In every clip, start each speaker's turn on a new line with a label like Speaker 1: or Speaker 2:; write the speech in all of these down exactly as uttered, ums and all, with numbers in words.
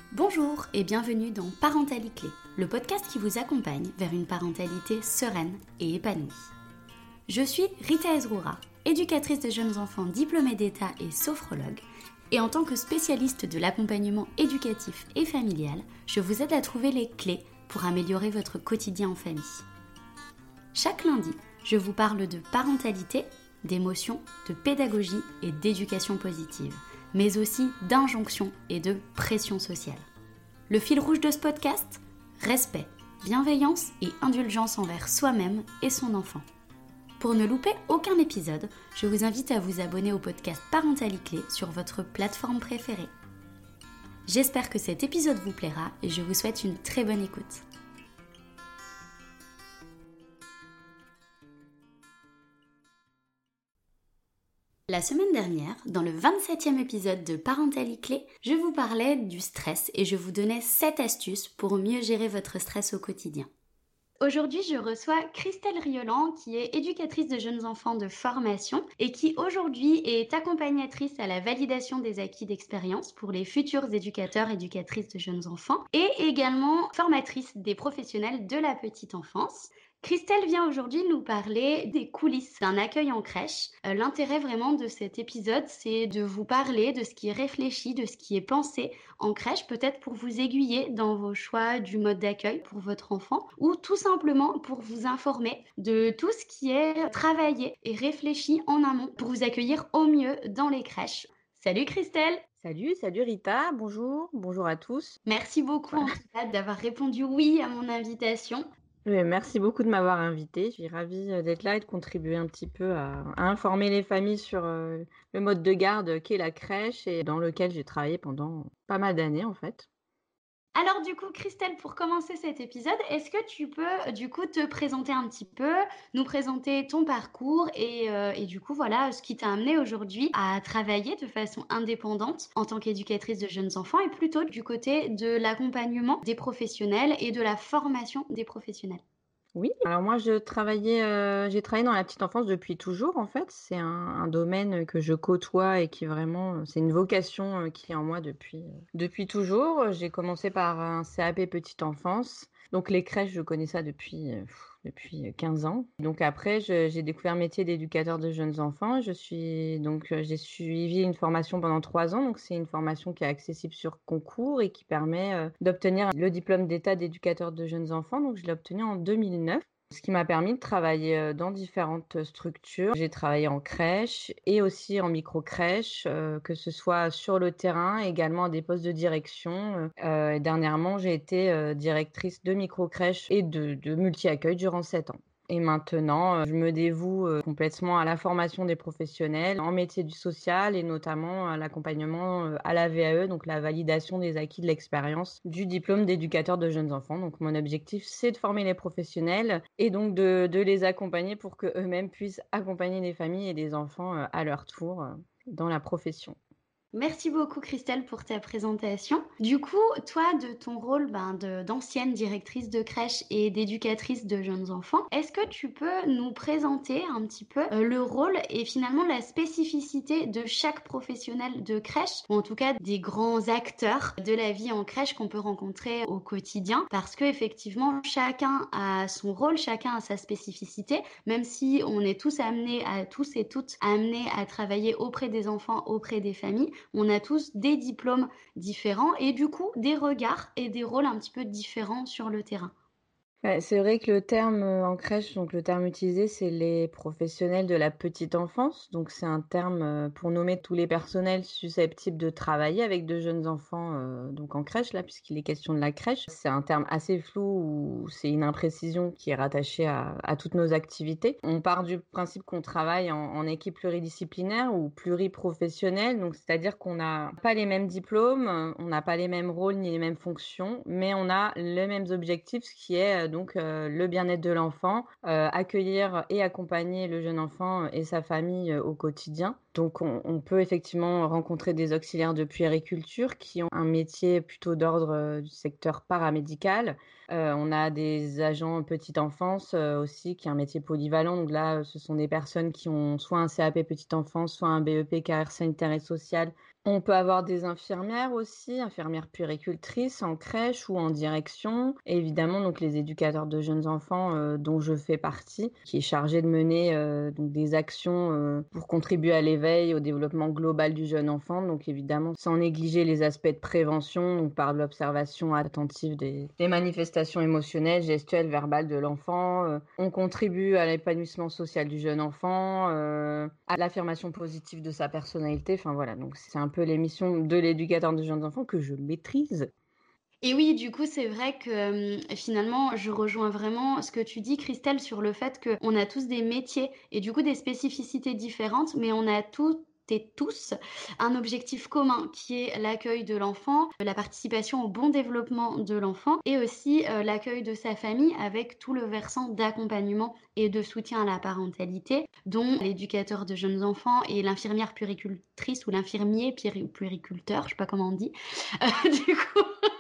Speaker 1: Bonjour et bienvenue dans Parentalité, le podcast qui vous accompagne vers une parentalité sereine et épanouie. Je suis Rita Ezroura, éducatrice de jeunes enfants diplômée d'État et sophrologue, et en tant que spécialiste de l'accompagnement éducatif et familial, je vous aide à trouver les clés pour améliorer votre quotidien en famille. Chaque lundi, je vous parle de parentalité, d'émotion, de pédagogie et d'éducation positive, mais aussi d'injonction et de pression sociale. Le fil rouge de ce podcast ? Respect, bienveillance et indulgence envers soi-même et son enfant. Pour ne louper aucun épisode, je vous invite à vous abonner au podcast Parentalité sur votre plateforme préférée. J'espère que cet épisode vous plaira et je vous souhaite une très bonne écoute. La semaine dernière, dans le vingt-septième épisode de Parentalité, je vous parlais du stress et je vous donnais sept astuces pour mieux gérer votre stress au quotidien. Aujourd'hui, je reçois Christelle Rioland qui est éducatrice de jeunes enfants de formation et qui aujourd'hui est accompagnatrice à la validation des acquis d'expérience pour les futurs éducateurs et éducatrices de jeunes enfants et également formatrice des professionnels de la petite enfance. Christelle vient aujourd'hui nous parler des coulisses d'un accueil en crèche. Euh, l'intérêt vraiment de cet épisode, c'est de vous parler de ce qui est réfléchi, de ce qui est pensé en crèche, peut-être pour vous aiguiller dans vos choix du mode d'accueil pour votre enfant, ou tout simplement pour vous informer de tout ce qui est travaillé et réfléchi en amont pour vous accueillir au mieux dans les crèches. Salut Christelle!
Speaker 2: Salut, salut Rita, bonjour, bonjour à tous.
Speaker 1: Merci beaucoup en tout cas d'avoir répondu oui à mon invitation.
Speaker 2: Oui, merci beaucoup de m'avoir invitée. Je suis ravie euh, d'être là et de contribuer un petit peu à, à informer les familles sur euh, le mode de garde qu'est la crèche et dans lequel j'ai travaillé pendant pas mal d'années en fait.
Speaker 1: Alors du coup, Christelle, pour commencer cet épisode, est-ce que tu peux du coup te présenter un petit peu, nous présenter ton parcours et, euh, et du coup voilà ce qui t'a amené aujourd'hui à travailler de façon indépendante en tant qu'éducatrice de jeunes enfants et plutôt du côté de l'accompagnement des professionnels et de la formation des professionnels.
Speaker 2: Oui, alors moi je travaillais, euh, j'ai travaillé dans la petite enfance depuis toujours en fait. C'est un, un domaine que je côtoie et qui vraiment, c'est une vocation euh, qui est en moi depuis, euh, depuis toujours. J'ai commencé par un C A P petite enfance. Donc les crèches, je connais ça depuis, euh, pff, depuis quinze ans. Donc après, je- j'ai découvert le métier d'éducateur de jeunes enfants. Je suis donc euh, j'ai suivi une formation pendant trois ans. Donc c'est une formation qui est accessible sur concours et qui permet euh, d'obtenir le diplôme d'état d'éducateur de jeunes enfants. Donc je l'ai obtenu en deux mille neuf. Ce qui m'a permis de travailler euh, dans différentes structures. J'ai travaillé en crèche et aussi en micro-crèche, euh, que ce soit sur le terrain, également à des postes de direction. Euh, et dernièrement, j'ai été euh, directrice de micro-crèche et de, de multi-accueil durant sept ans. Et maintenant, euh, je me dévoue euh, complètement à la formation des professionnels en métier du social et notamment à l'accompagnement euh, à la V A E, donc la validation des acquis de l'expérience du diplôme d'éducateur de jeunes enfants. Donc mon objectif, c'est de former les professionnels et donc de, de les accompagner pour qu'eux-mêmes puissent accompagner les familles et les enfants euh, à leur tour euh, dans la profession.
Speaker 1: Merci beaucoup Christelle pour ta présentation. Du coup, toi, de ton rôle ben, de, d'ancienne directrice de crèche et d'éducatrice de jeunes enfants, est-ce que tu peux nous présenter un petit peu euh, le rôle et finalement la spécificité de chaque professionnel de crèche, ou en tout cas des grands acteurs de la vie en crèche qu'on peut rencontrer au quotidien, parce que effectivement, chacun a son rôle, chacun a sa spécificité, même si on est tous amenés à tous et toutes amenés à travailler auprès des enfants, auprès des familles. On a tous des diplômes différents et du coup des regards et des rôles un petit peu différents sur le terrain.
Speaker 2: Ouais, c'est vrai que le terme euh, en crèche, donc le terme utilisé, c'est les professionnels de la petite enfance. Donc c'est un terme euh, pour nommer tous les personnels susceptibles de travailler avec de jeunes enfants euh, donc en crèche, là, puisqu'il est question de la crèche. C'est un terme assez flou ou c'est une imprécision qui est rattachée à, à toutes nos activités. On part du principe qu'on travaille en, en équipe pluridisciplinaire ou pluriprofessionnelle, donc c'est-à-dire qu'on n'a pas les mêmes diplômes, on n'a pas les mêmes rôles ni les mêmes fonctions, mais on a les mêmes objectifs, ce qui est euh, donc euh, le bien-être de l'enfant, euh, accueillir et accompagner le jeune enfant et sa famille euh, au quotidien. Donc on, on peut effectivement rencontrer des auxiliaires de puériculture qui ont un métier plutôt d'ordre euh, du secteur paramédical. Euh, on a des agents petite enfance euh, aussi, qui est un métier polyvalent. Donc là, ce sont des personnes qui ont soit un C A P petite enfance, soit un B E P carrière sanitaire et sociale, On peut avoir des infirmières aussi, infirmières puéricultrices en crèche ou en direction. Et évidemment, donc les éducateurs de jeunes enfants euh, dont je fais partie, qui est chargé de mener euh, donc des actions euh, pour contribuer à l'éveil, au développement global du jeune enfant. Donc évidemment, sans négliger les aspects de prévention, donc par l'observation attentive des, des manifestations émotionnelles, gestuelles, verbales de l'enfant. Euh, on contribue à l'épanouissement social du jeune enfant, euh, à l'affirmation positive de sa personnalité. Enfin voilà, donc c'est un peu les missions de l'éducateur de jeunes enfants que je maîtrise.
Speaker 1: Et oui, du coup, c'est vrai que euh, finalement, je rejoins vraiment ce que tu dis, Christelle, sur le fait qu'on a tous des métiers et du coup des spécificités différentes, mais on a toutes et tous un objectif commun qui est l'accueil de l'enfant, la participation au bon développement de l'enfant et aussi euh, l'accueil de sa famille avec tout le versant d'accompagnement et de soutien à la parentalité, dont l'éducateur de jeunes enfants et l'infirmière puéricultrice ou l'infirmier puériculteur, je sais pas comment on dit. Euh, du coup,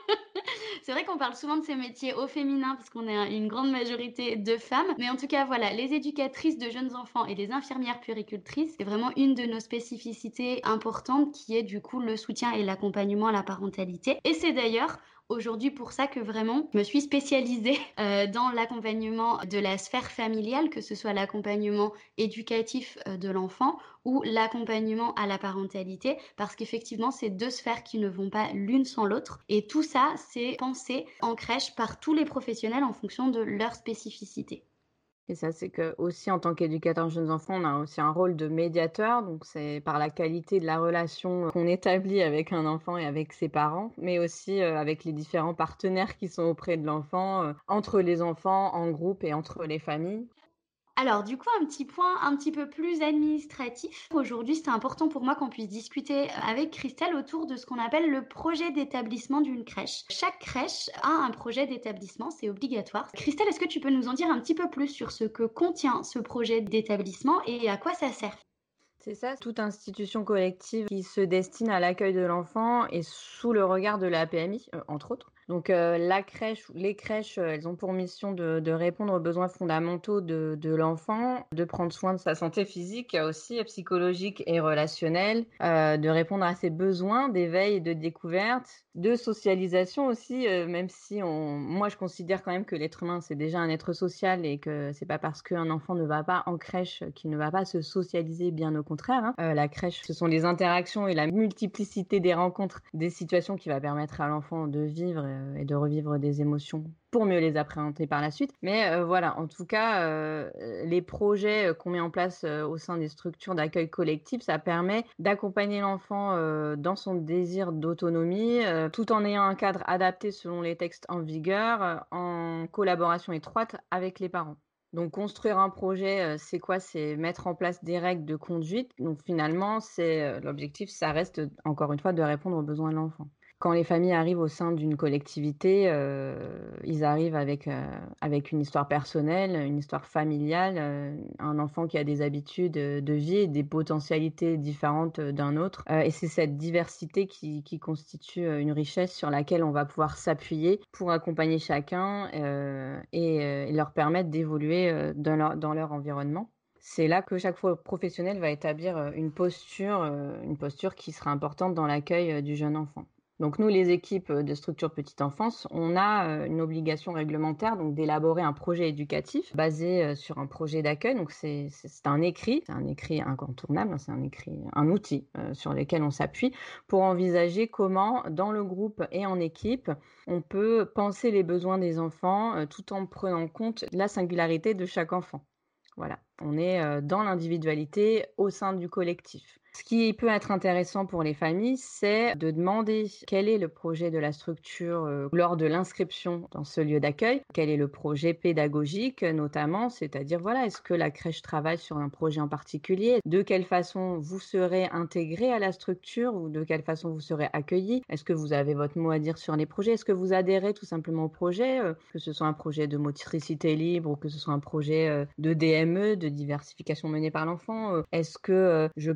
Speaker 1: c'est vrai qu'on parle souvent de ces métiers au féminin parce qu'on est une grande majorité de femmes. Mais en tout cas, voilà, les éducatrices de jeunes enfants et les infirmières puéricultrices, c'est vraiment une de nos spécificités importantes qui est du coup le soutien et l'accompagnement à la parentalité. Et c'est d'ailleurs aujourd'hui pour ça que vraiment je me suis spécialisée euh, dans l'accompagnement de la sphère familiale, que ce soit l'accompagnement éducatif euh, de l'enfant ou l'accompagnement à la parentalité, parce qu'effectivement, c'est deux sphères qui ne vont pas l'une sans l'autre. Et tout ça, c'est pensé en crèche par tous les professionnels en fonction de leur spécificité.
Speaker 2: Et ça, c'est que aussi en tant qu'éducateur de jeunes enfants, on a aussi un rôle de médiateur. Donc, c'est par la qualité de la relation qu'on établit avec un enfant et avec ses parents, mais aussi euh, avec les différents partenaires qui sont auprès de l'enfant, euh, entre les enfants, en groupe et entre les familles.
Speaker 1: Alors du coup, un petit point un petit peu plus administratif. Aujourd'hui, c'était important pour moi qu'on puisse discuter avec Christelle autour de ce qu'on appelle le projet d'établissement d'une crèche. Chaque crèche a un projet d'établissement, c'est obligatoire. Christelle, est-ce que tu peux nous en dire un petit peu plus sur ce que contient ce projet d'établissement et à quoi ça sert?
Speaker 2: C'est ça, toute institution collective qui se destine à l'accueil de l'enfant et sous le regard de la P M I, euh, entre autres. Donc euh, la crèche, les crèches, euh, elles ont pour mission de, de répondre aux besoins fondamentaux de, de l'enfant, de prendre soin de sa santé physique aussi, psychologique et relationnelle, euh, de répondre à ses besoins d'éveil et de découverte, de socialisation aussi, euh, même si on, moi je considère quand même que l'être humain c'est déjà un être social et que c'est pas parce qu'un enfant ne va pas en crèche qu'il ne va pas se socialiser, bien au contraire. Hein. Euh, la crèche, ce sont les interactions et la multiplicité des rencontres, des situations qui va permettre à l'enfant de vivre euh, et de revivre des émotions pour mieux les appréhender par la suite. Mais euh, voilà, en tout cas, euh, les projets qu'on met en place euh, au sein des structures d'accueil collectif, ça permet d'accompagner l'enfant euh, dans son désir d'autonomie, euh, tout en ayant un cadre adapté selon les textes en vigueur, euh, en collaboration étroite avec les parents. Donc construire un projet, euh, c'est quoi? C'est mettre en place des règles de conduite. Donc finalement, c'est euh, l'objectif, ça reste encore une fois de répondre aux besoins de l'enfant. Quand les familles arrivent au sein d'une collectivité, euh, ils arrivent avec, euh, avec une histoire personnelle, une histoire familiale, euh, un enfant qui a des habitudes euh, de vie et des potentialités différentes euh, d'un autre. Euh, et c'est cette diversité qui, qui constitue euh, une richesse sur laquelle on va pouvoir s'appuyer pour accompagner chacun euh, et, euh, et leur permettre d'évoluer euh, dans leur, dans leur environnement. C'est là que chaque professionnel va établir euh, une posture, euh, une posture qui sera importante dans l'accueil euh, du jeune enfant. Donc nous, les équipes de structure petite enfance, on a une obligation réglementaire donc d'élaborer un projet éducatif basé sur un projet d'accueil. Donc c'est c'est un écrit, c'est un écrit incontournable, c'est un écrit, un outil euh, sur lequel on s'appuie pour envisager comment, dans le groupe et en équipe, on peut penser les besoins des enfants euh, tout en prenant en compte la singularité de chaque enfant. Voilà, on est euh, dans l'individualité au sein du collectif. Ce qui peut être intéressant pour les familles, c'est de demander quel est le projet de la structure euh, lors de l'inscription dans ce lieu d'accueil, quel est le projet pédagogique notamment, c'est-à-dire voilà, est-ce que la crèche travaille sur un projet en particulier, de quelle façon vous serez intégré à la structure ou de quelle façon vous serez accueilli, est-ce que vous avez votre mot à dire sur les projets, est-ce que vous adhérez tout simplement au projet, euh, que ce soit un projet de motricité libre ou que ce soit un projet euh, de D M E, de diversification menée par l'enfant, euh, est-ce que euh, je peux allaiter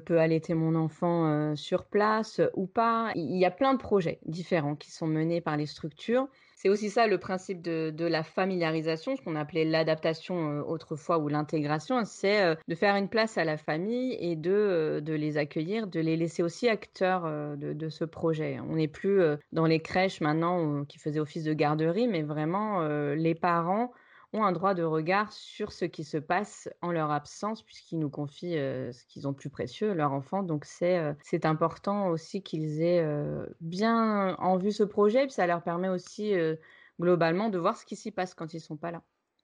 Speaker 2: orienter mon enfant euh, sur place euh, ou pas. Il y a plein de projets différents qui sont menés par les structures. C'est aussi ça le principe de, de la familiarisation, ce qu'on appelait l'adaptation euh, autrefois ou l'intégration, c'est euh, de faire une place à la famille et de, euh, de les accueillir, de les laisser aussi acteurs euh, de, de ce projet. On n'est plus euh, dans les crèches maintenant euh, qui faisaient office de garderie, mais vraiment euh, les parents ont un droit de regard sur ce qui se passe en leur absence, puisqu'ils nous confient euh, ce qu'ils ont de plus précieux, leur enfant. Donc c'est euh, c'est important aussi qu'ils aient euh, bien en vue ce projet, puis ça leur permet aussi euh, globalement de voir ce qui s'y passe quand ils sont pas là.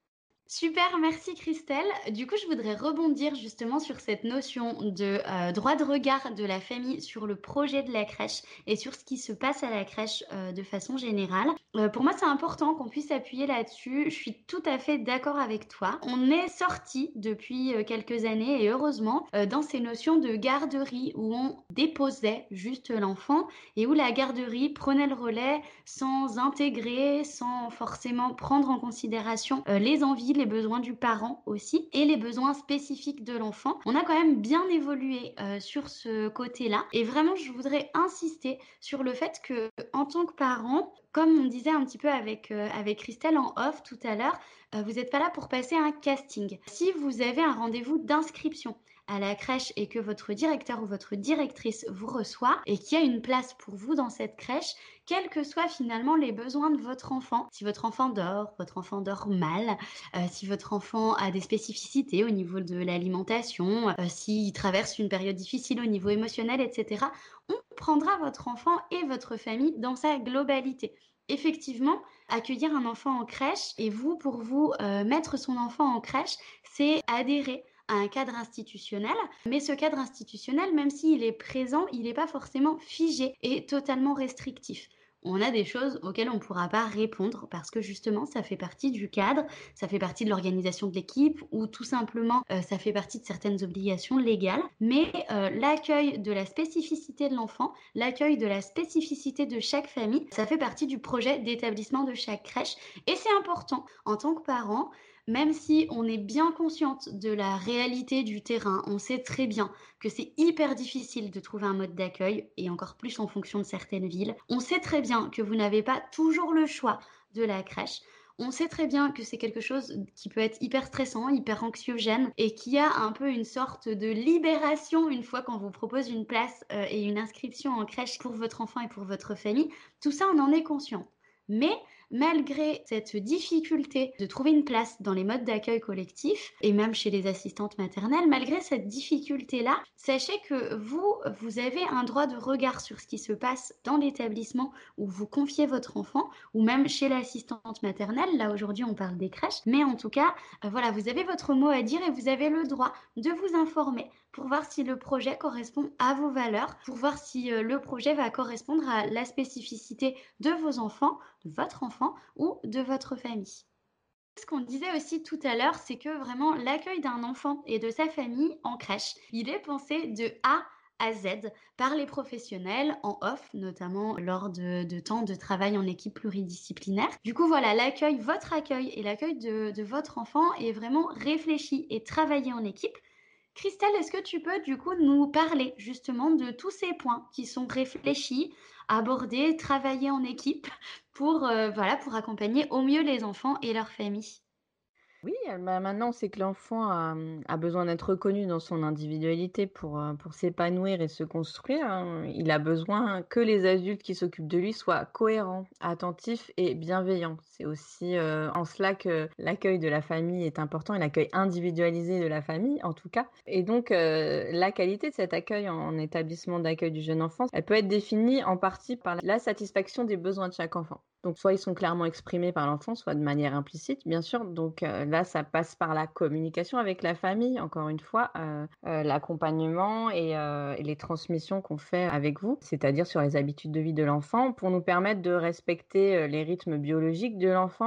Speaker 1: Super, merci Christelle. Du coup, je voudrais rebondir justement sur cette notion de euh, droit de regard de la famille sur le projet de la crèche et sur ce qui se passe à la crèche euh, de façon générale. Euh, pour moi, c'est important qu'on puisse appuyer là-dessus. Je suis tout à fait d'accord avec toi. On est sorti depuis euh, quelques années et heureusement euh, dans ces notions de garderie où on déposait juste l'enfant et où la garderie prenait le relais sans intégrer, sans forcément prendre en considération euh, les envies, les besoins du parent aussi et les besoins spécifiques de l'enfant. On a quand même bien évolué euh, sur ce côté-là et vraiment je voudrais insister sur le fait que en tant que parent, comme on disait un petit peu avec, euh, avec Christelle en off tout à l'heure, euh, vous n'êtes pas là pour passer un casting. Si vous avez un rendez-vous d'inscription à la crèche et que votre directeur ou votre directrice vous reçoit et qu'il y a une place pour vous dans cette crèche, quels que soient finalement les besoins de votre enfant. Si votre enfant dort, votre enfant dort mal, euh, si votre enfant a des spécificités au niveau de l'alimentation, euh, s'il traverse une période difficile au niveau émotionnel, et cetera, on prendra votre enfant et votre famille dans sa globalité. Effectivement, accueillir un enfant en crèche et vous, pour vous, euh, mettre son enfant en crèche, c'est adhérer à un cadre institutionnel, mais ce cadre institutionnel, même s'il est présent, il n'est pas forcément figé et totalement restrictif. On a des choses auxquelles on ne pourra pas répondre parce que justement, ça fait partie du cadre, ça fait partie de l'organisation de l'équipe ou tout simplement, euh, ça fait partie de certaines obligations légales. Mais euh, l'accueil de la spécificité de l'enfant, l'accueil de la spécificité de chaque famille, ça fait partie du projet d'établissement de chaque crèche et c'est important en tant que parent. Même si on est bien consciente de la réalité du terrain, on sait très bien que c'est hyper difficile de trouver un mode d'accueil, et encore plus en fonction de certaines villes. On sait très bien que vous n'avez pas toujours le choix de la crèche. On sait très bien que c'est quelque chose qui peut être hyper stressant, hyper anxiogène, et qui a un peu une sorte de libération une fois qu'on vous propose une place euh, et une inscription en crèche pour votre enfant et pour votre famille. Tout ça, on en est conscient. Mais malgré cette difficulté de trouver une place dans les modes d'accueil collectifs et même chez les assistantes maternelles, malgré cette difficulté-là, sachez que vous, vous avez un droit de regard sur ce qui se passe dans l'établissement où vous confiez votre enfant ou même chez l'assistante maternelle. Là, aujourd'hui, on parle des crèches. Mais en tout cas, euh, voilà, vous avez votre mot à dire et vous avez le droit de vous informer pour voir si le projet correspond à vos valeurs, pour voir si euh, le projet va correspondre à la spécificité de vos enfants, de votre enfant ou de votre famille. Ce qu'on disait aussi tout à l'heure, c'est que vraiment l'accueil d'un enfant et de sa famille en crèche, il est pensé de A à Z par les professionnels en off, notamment lors de, de temps de travail en équipe pluridisciplinaire. Du coup, voilà, l'accueil, votre accueil et l'accueil de, de votre enfant est vraiment réfléchi et travaillé en équipe. Christelle, est-ce que tu peux du coup nous parler justement de tous ces points qui sont réfléchis, abordés, travaillés en équipe pour, euh, voilà, pour accompagner au mieux les enfants et leurs familles?
Speaker 2: Oui, heu, bah, maintenant, c'est que l'enfant a, mmh, a besoin d'être reconnu dans son individualité pour, heu, pour s'épanouir et se construire, hein. Il a besoin que les adultes qui s'occupent de lui soient cohérents, attentifs et bienveillants. C'est aussi, heu, en cela que l'accueil de la famille est important et l'accueil individualisé de la famille, en tout cas. Et donc, heu, la qualité de cet accueil en en établissement d'accueil du jeune enfant, elle peut être définie en partie par la satisfaction des besoins de chaque enfant. Donc soit ils sont clairement exprimés par l'enfant, soit de manière implicite, bien sûr. Donc heu, là, ça passe par la communication avec la famille, encore une fois, heu heu, l'accompagnement et heu et les transmissions qu'on fait avec vous, c'est-à-dire sur les habitudes de vie de l'enfant pour nous permettre de respecter, heu, les rythmes biologiques de l'enfant,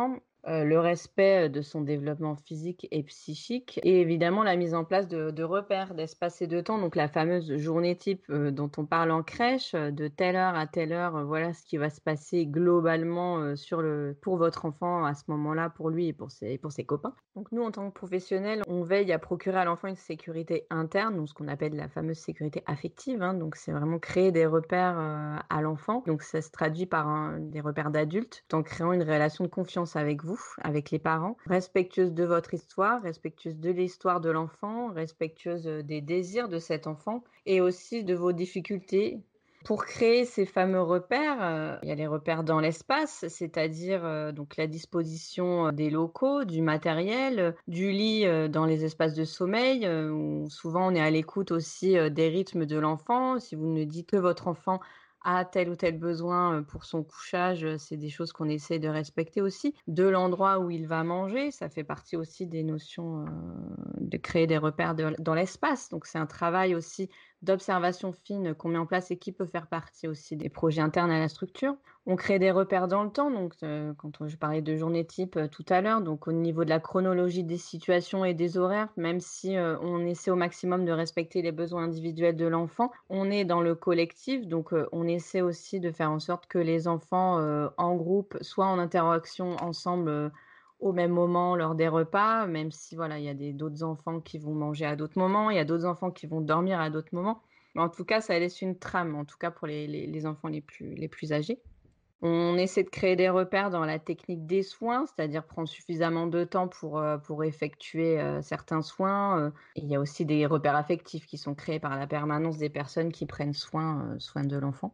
Speaker 2: heu, le respect de son développement physique et psychique et évidemment la mise en place de de repères, d'espace et de temps. Donc la fameuse journée type, heu, dont on parle en crèche, heu, de telle heure à telle heure, heu, voilà ce qui va se passer globalement, heu, sur le pour votre enfant à ce moment-là, pour lui et pour ses pour ses copains. Donc nous, en tant que professionnels, on veille à procurer à l'enfant une sécurité interne, donc ce qu'on appelle la fameuse sécurité affective, hein. Donc c'est vraiment créer des repères, heu, à l'enfant. Donc ça se traduit par un des repères d'adultes, en créant une relation de confiance avec vous, avec les parents, respectueuse de votre histoire, respectueuse de l'histoire de l'enfant, respectueuse, heu, des désirs de cet enfant et aussi de vos difficultés. Pour créer ces fameux repères, heu, il y a les repères dans l'espace, c'est-à-dire, heu, donc la disposition, heu, des locaux, du matériel, heu, du lit, heu, dans les espaces de sommeil, heu, où souvent on est à l'écoute aussi, heu, des rythmes de l'enfant. Si vous ne dites que votre enfant a tel ou tel besoin, heu, pour son couchage, heu, c'est des choses qu'on essaie de respecter aussi. De l'endroit où il va manger, ça fait partie aussi des notions, heu, de créer des repères de dans l'espace. Donc c'est un travail aussi d'observation fine qu'on met en place et qui peut faire partie aussi des projets internes à la structure. On crée des repères dans le temps, donc heu, quand on je parlais de journée type, heu, tout à l'heure, donc au niveau de la chronologie des situations et des horaires, même si, heu, on essaie au maximum de respecter les besoins individuels de l'enfant, on est dans le collectif, donc heu, on essaie aussi de faire en sorte que les enfants, heu, en groupe, soient en interaction ensemble, heu, au même moment lors des repas, même si voilà, il y a des d'autres enfants qui vont manger à d'autres moments, il y a d'autres enfants qui vont dormir à d'autres moments. Mais en tout cas, ça laisse une trame, en tout cas pour les les les enfants les plus les plus âgés. On essaie de créer des repères dans la technique des soins, c'est-à-dire prendre suffisamment de temps pour, heu, pour effectuer, heu, certains soins, heu et il y a aussi des repères affectifs qui sont créés par la permanence des personnes qui prennent soin, heu, soin de l'enfant.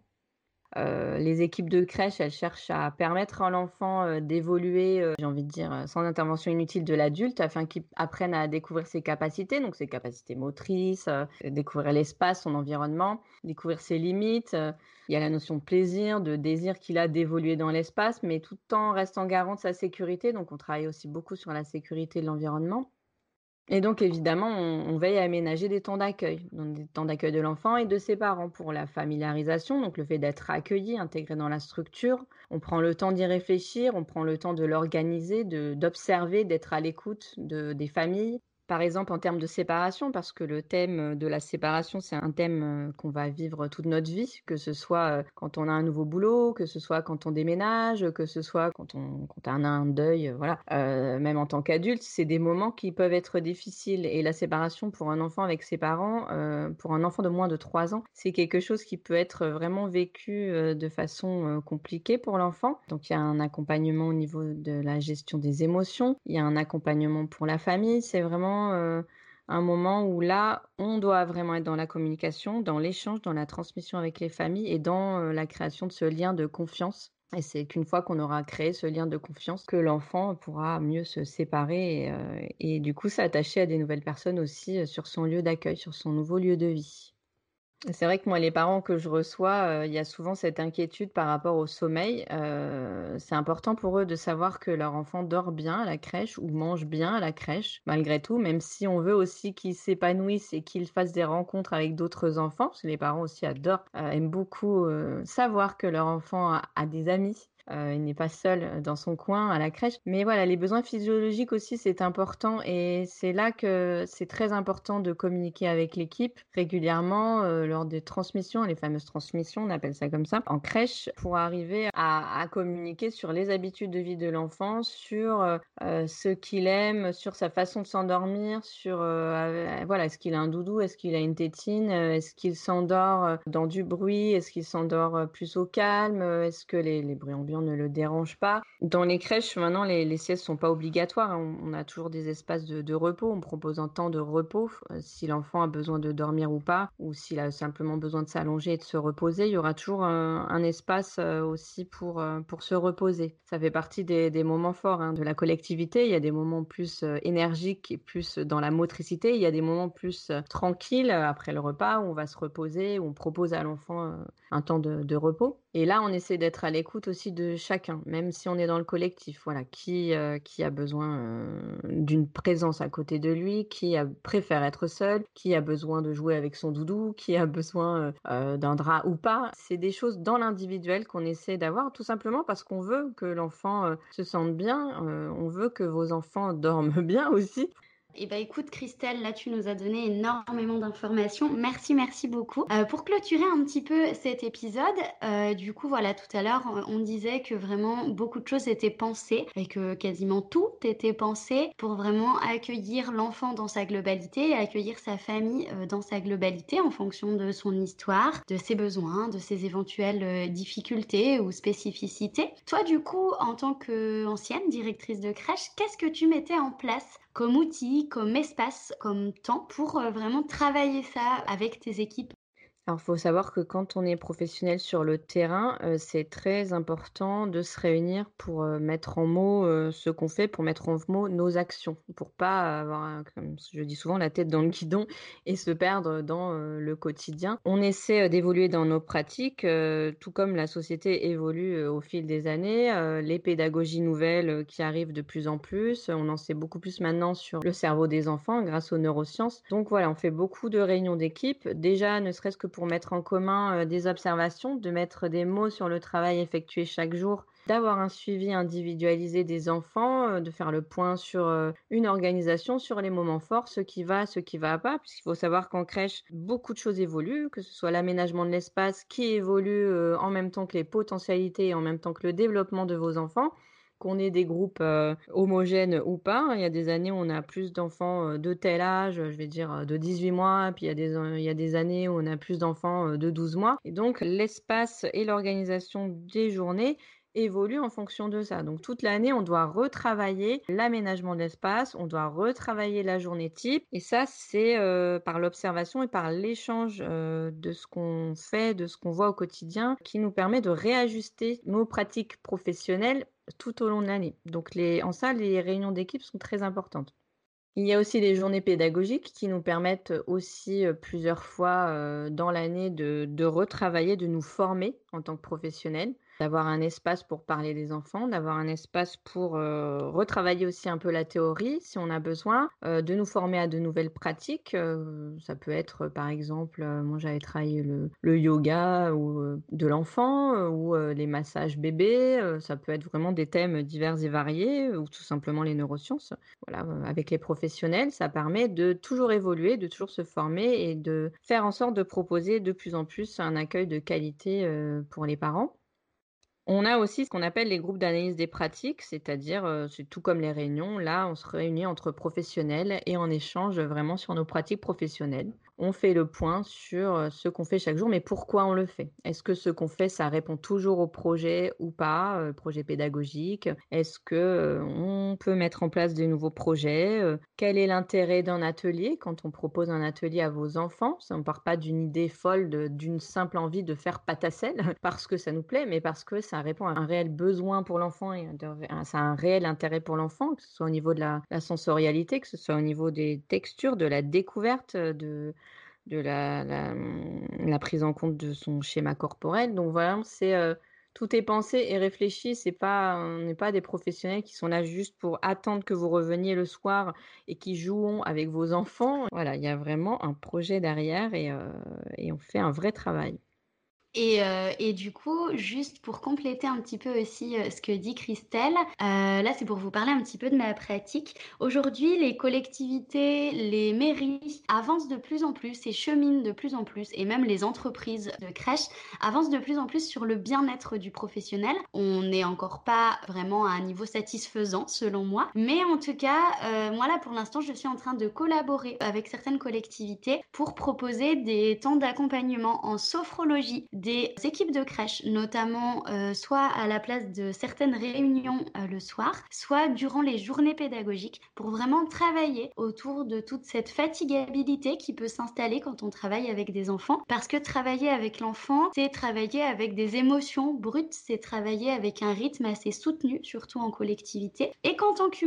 Speaker 2: Heu, les équipes de crèche, elles cherchent à permettre à l'enfant, heu, d'évoluer, heu, j'ai envie de dire, heu, sans intervention inutile de l'adulte afin qu'il apprenne à découvrir ses capacités, donc ses capacités motrices, heu, découvrir l'espace, son environnement, découvrir ses limites, heu. Il y a la notion de plaisir, de désir qu'il a d'évoluer dans l'espace, mais tout en restant garant de sa sécurité, donc on travaille aussi beaucoup sur la sécurité de l'environnement. Et donc évidemment, on on veille à aménager des temps d'accueil, donc des temps d'accueil de l'enfant et de ses parents pour la familiarisation, donc le fait d'être accueilli, intégré dans la structure. On prend le temps d'y réfléchir, on prend le temps de l'organiser, de d'observer, d'être à l'écoute de des familles. Par exemple, en termes de séparation, parce que le thème, de la séparation, c'est un thème, heu, qu'on va vivre toute notre vie, que ce soit, heu, quand on a un nouveau boulot, que ce soit quand on déménage, que ce soit quand on quand on a un deuil, heu, voilà. Heu, même en tant qu'adulte, c'est des moments qui peuvent être difficiles et la séparation pour un enfant avec ses parents, heu, pour un enfant de moins de trois ans, c'est quelque chose qui peut être vraiment vécu, heu, de façon, heu, compliquée pour l'enfant. Donc il y a un accompagnement au niveau de la gestion des émotions, il y a un accompagnement pour la famille. C'est vraiment, heu, un moment où là, on doit vraiment être dans la communication, dans l'échange, dans la transmission avec les familles et dans, heu, la création de ce lien de confiance. Et c'est qu'une fois qu'on aura créé ce lien de confiance que l'enfant pourra mieux se séparer et heu et du coup s'attacher à des nouvelles personnes aussi, heu, sur son lieu d'accueil, sur son nouveau lieu de vie. Et c'est vrai que moi, les parents que je reçois, heu, il y a souvent cette inquiétude par rapport au sommeil. Heu, c'est important pour eux de savoir que leur enfant dort bien à la crèche ou mange bien à la crèche, malgré tout, même si on veut aussi qu'ils s'épanouissent et qu'ils fassent des rencontres avec d'autres enfants, parce que les parents aussi adorent, heu, aiment beaucoup, heu, savoir que leur enfant a a des amis. Heu, il n'est pas seul, dans son coin à la crèche. Mais voilà, les besoins physiologiques aussi, c'est important et c'est là que c'est très important de communiquer avec l'équipe régulièrement, heu, lors des transmissions, les fameuses transmissions, on appelle ça comme ça, en crèche, pour arriver à à communiquer sur les habitudes de vie de l'enfant, sur, heu heu, ce qu'il aime, sur sa façon de s'endormir, sur, heu, voilà, est-ce qu'il a un doudou? Est-ce qu'il a une tétine? Heu, est-ce qu'il s'endort, heu, dans du bruit? Est-ce qu'il s'endort, heu, plus au calme? Heu, est-ce que les les bruits ambiants ne le dérangent pas? Dans les crèches, maintenant, les les siestes sont pas obligatoires, hein. On on a toujours des espaces de de repos. On propose un temps de repos, heu, si l'enfant a besoin de dormir ou pas, ou s'il a simplement besoin de s'allonger et de se reposer. Il y aura toujours un un espace, heu, aussi pour, heu, pour se reposer. Ça fait partie des des moments forts, hein, de la collectivité. Il y a des moments plus, heu, énergiques et plus dans la motricité. Il y a des moments plus, heu, tranquilles, heu, après le repas où on va se reposer, où on propose à l'enfant, heu, un temps de de repos et là, on essaie d'être à l'écoute aussi de chacun, même si on est dans le collectif. Voilà, qui, heu, qui a besoin, heu, d'une présence à côté de lui, qui a préfère être seul, qui a besoin de jouer avec son doudou, qui a besoin, heu heu, d'un drap ou pas. C'est des choses dans l'individuel qu'on essaie d'avoir, tout simplement parce qu'on veut que l'enfant, heu, se sente bien, heu, on veut que vos enfants dorment bien aussi.
Speaker 1: Eh ben écoute Christelle, là tu nous as donné énormément d'informations. Merci, merci beaucoup. Euh, pour clôturer un petit peu cet épisode, euh, du coup voilà, tout à l'heure on disait que vraiment beaucoup de choses étaient pensées et que quasiment tout était pensé pour vraiment accueillir l'enfant dans sa globalité et accueillir sa famille euh, dans sa globalité en fonction de son histoire, de ses besoins, de ses éventuelles euh, difficultés ou spécificités. Toi du coup, en tant qu'ancienne directrice de crèche, qu'est-ce que tu mettais en place comme outil, comme espace, comme temps pour euh, vraiment travailler ça avec tes équipes?
Speaker 2: Alors, faut savoir que quand on est professionnel sur le terrain, heu, c'est très important de se réunir pour, heu, mettre en mots, heu, ce qu'on fait, pour mettre en mots nos actions, pour pas avoir un comme je dis souvent la tête dans le guidon et se perdre dans, heu, le quotidien. On essaie, heu, d'évoluer dans nos pratiques, heu, tout comme la société évolue, heu, au fil des années, heu, les pédagogies nouvelles, heu, qui arrivent de plus en plus. On en sait beaucoup plus maintenant sur le cerveau des enfants grâce aux neurosciences. Donc voilà, on fait beaucoup de réunions d'équipe. Déjà, ne serait-ce que pour mettre en commun, heu, des observations, de mettre des mots sur le travail effectué chaque jour, d'avoir un suivi individualisé des enfants, heu, de faire le point sur, heu, une organisation, sur les moments forts, ce qui va, ce qui va pas. Puisqu'il faut savoir qu'en crèche, beaucoup de choses évoluent, que ce soit l'aménagement de l'espace qui évolue, heu, en même temps que les potentialités et en même temps que le développement de vos enfants. Qu'on ait des groupes, heu, homogènes ou pas, hein. Il y a des années où on a plus d'enfants, heu, de tel âge, je vais dire, heu, de dix-huit mois, puis il y a des an il y a des années où on a plus d'enfants, heu, de douze mois et donc l'espace et l'organisation des journées évoluent en fonction de ça. Donc toute l'année, on doit retravailler l'aménagement de l'espace, on doit retravailler la journée type et ça, c'est, heu, par l'observation et par l'échange, heu, de ce qu'on fait, de ce qu'on voit au quotidien, qui nous permet de réajuster nos pratiques professionnelles tout au long de l'année. Donc les en ça, les réunions d'équipe sont très importantes. Il y a aussi les journées pédagogiques qui nous permettent aussi, heu, plusieurs fois, heu, dans l'année de de retravailler, de nous former en tant que professionnels, d'avoir un espace pour parler des enfants, d'avoir un espace pour, heu, retravailler aussi un peu la théorie si on a besoin, heu, de nous former à de nouvelles pratiques, heu, ça peut être, par exemple, heu, moi j'avais travaillé le le yoga ou, heu, de l'enfant, heu, ou, heu, les massages bébés, heu, ça peut être vraiment des thèmes divers et variés, ou tout simplement les neurosciences. Voilà, heu, avec les professionnels, ça permet de toujours évoluer, de toujours se former et de faire en sorte de proposer de plus en plus un accueil de qualité, heu, pour les parents. On a aussi ce qu'on appelle les groupes d'analyse des pratiques, c'est-à-dire, heu, c'est tout comme les réunions, là, on se réunit entre professionnels et on échange vraiment sur nos pratiques professionnelles. On fait le point sur, heu, ce qu'on fait chaque jour, mais pourquoi on le fait? Est-ce que ce qu'on fait, ça répond toujours au projet ou pas, heu, projet pédagogique? Est-ce que, heu, on peut mettre en place de nouveaux projets? Heu, quel est l'intérêt d'un atelier quand on propose un atelier à vos enfants? Ça on part pas d'une idée folle de d'une simple envie de faire pâte à sel parce que ça nous plaît, mais parce que ça répond à un réel besoin pour l'enfant et de un ça a un réel intérêt pour l'enfant, que ce soit au niveau de la la sensorialité, que ce soit au niveau des textures, de la découverte, heu, de de la la, mmh, la prise en compte de son schéma corporel. Donc voilà, c'est, heu, tout est pensé et réfléchi. C'est pas on n'est pas des professionnels qui sont là juste pour attendre que vous reveniez le soir et qui jouons avec vos enfants. Voilà, il y a vraiment un projet derrière et heu et on fait un vrai travail.
Speaker 1: Et, heu et du coup, juste pour compléter un petit peu aussi, heu, ce que dit Christelle, heu, là, c'est pour vous parler un petit peu de ma pratique. Aujourd'hui, les collectivités, les mairies avancent de plus en plus et cheminent de plus en plus et même les entreprises de crèches avancent de plus en plus sur le bien-être du professionnel. On n'est encore pas vraiment à un niveau satisfaisant selon moi, mais en tout cas, heu, moi là, pour l'instant, je suis en train de collaborer avec certaines collectivités pour proposer des temps d'accompagnement en sophrologie des équipes de crèche, notamment euh, soit à la place de certaines réunions euh, le soir, soit durant les journées pédagogiques, pour vraiment travailler autour de toute cette fatigabilité qui peut s'installer quand on travaille avec des enfants. Parce que travailler avec l'enfant, c'est travailler avec des émotions brutes, c'est travailler avec un rythme assez soutenu, surtout en collectivité. Et qu'en tant qu'humain,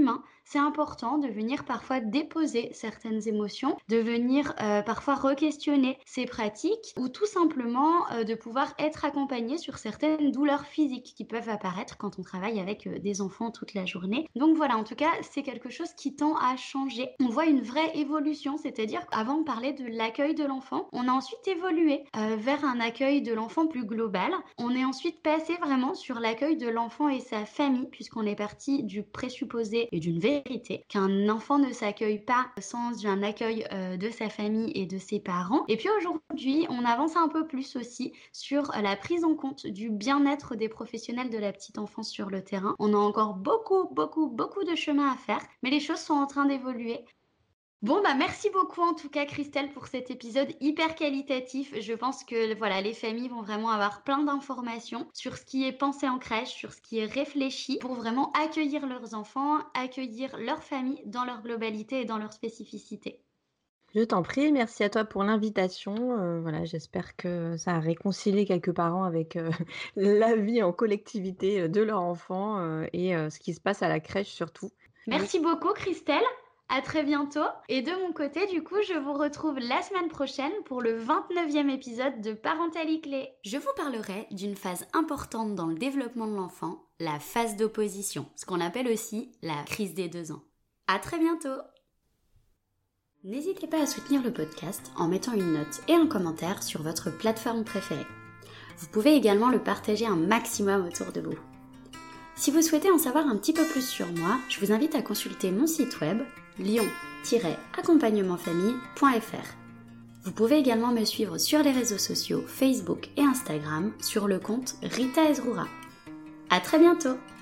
Speaker 1: c'est important de venir parfois déposer certaines émotions, de venir euh, parfois re-questionner ces pratiques ou tout simplement euh, de pouvoir être accompagné sur certaines douleurs physiques qui peuvent apparaître quand on travaille avec euh, des enfants toute la journée. Donc voilà, en tout cas, c'est quelque chose qui tend à changer. On voit une vraie évolution, c'est-à-dire avant on parlait de l'accueil de l'enfant, on a ensuite évolué euh, vers un accueil de l'enfant plus global. On est ensuite passé vraiment sur l'accueil de l'enfant et sa famille, puisqu'on est parti du présupposé et d'une vérité qu'un enfant ne s'accueille pas sans un accueil euh, de sa famille et de ses parents. Et puis aujourd'hui, on avance un peu plus aussi sur la prise en compte du bien-être des professionnels de la petite enfance sur le terrain. On a encore beaucoup, beaucoup, beaucoup de chemin à faire, mais les choses sont en train d'évoluer. Bon bah merci beaucoup en tout cas Christelle pour cet épisode hyper qualitatif. Je pense que voilà, les familles vont vraiment avoir plein d'informations sur ce qui est pensé en crèche, sur ce qui est réfléchi pour vraiment accueillir leurs enfants, accueillir leur famille dans leur globalité et dans leur spécificité.
Speaker 2: Je t'en prie, merci à toi pour l'invitation. Euh, voilà, j'espère que ça a réconcilié quelques parents avec euh, la vie en collectivité de leur enfant euh, et euh, ce qui se passe à la crèche surtout.
Speaker 1: Merci beaucoup Christelle. À très bientôt. Et de mon côté, du coup, je vous retrouve la semaine prochaine pour le vingt-neuvième épisode de Parentalité Clé. Je vous parlerai d'une phase importante dans le développement de l'enfant, la phase d'opposition, ce qu'on appelle aussi la crise des deux ans. À très bientôt. N'hésitez pas à soutenir le podcast en mettant une note et un commentaire sur votre plateforme préférée. Vous pouvez également le partager un maximum autour de vous. Si vous souhaitez en savoir un petit peu plus sur moi, je vous invite à consulter mon site web lion tiret accompagnement famille point f r. Vous pouvez également me suivre sur les réseaux sociaux Facebook et Instagram sur le compte Rita Ezroura. À très bientôt!